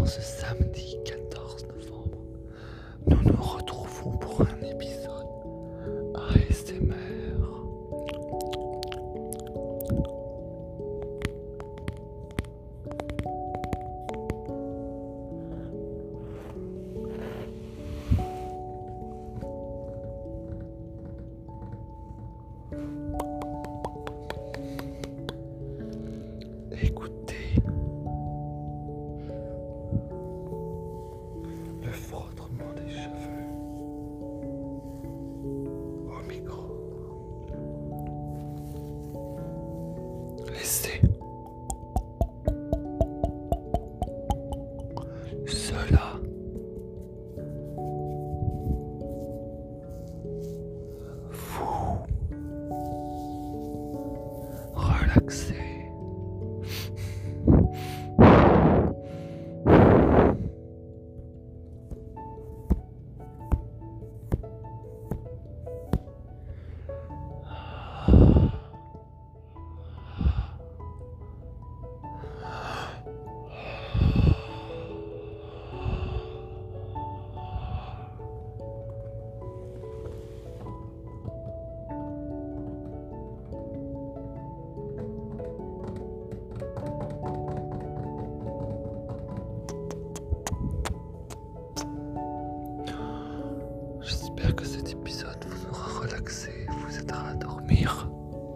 En ce samedi 14 novembre, nous nous retrouvons pour un épisode ASMR. Écoutez le frottement des cheveux au micro. Laissez cela vous relaxer. J'espère que cet épisode vous aura relaxé, vous aidera à dormir.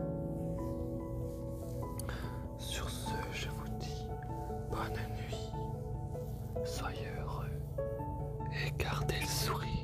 Sur ce, je vous dis bonne nuit, soyez heureux et gardez le sourire.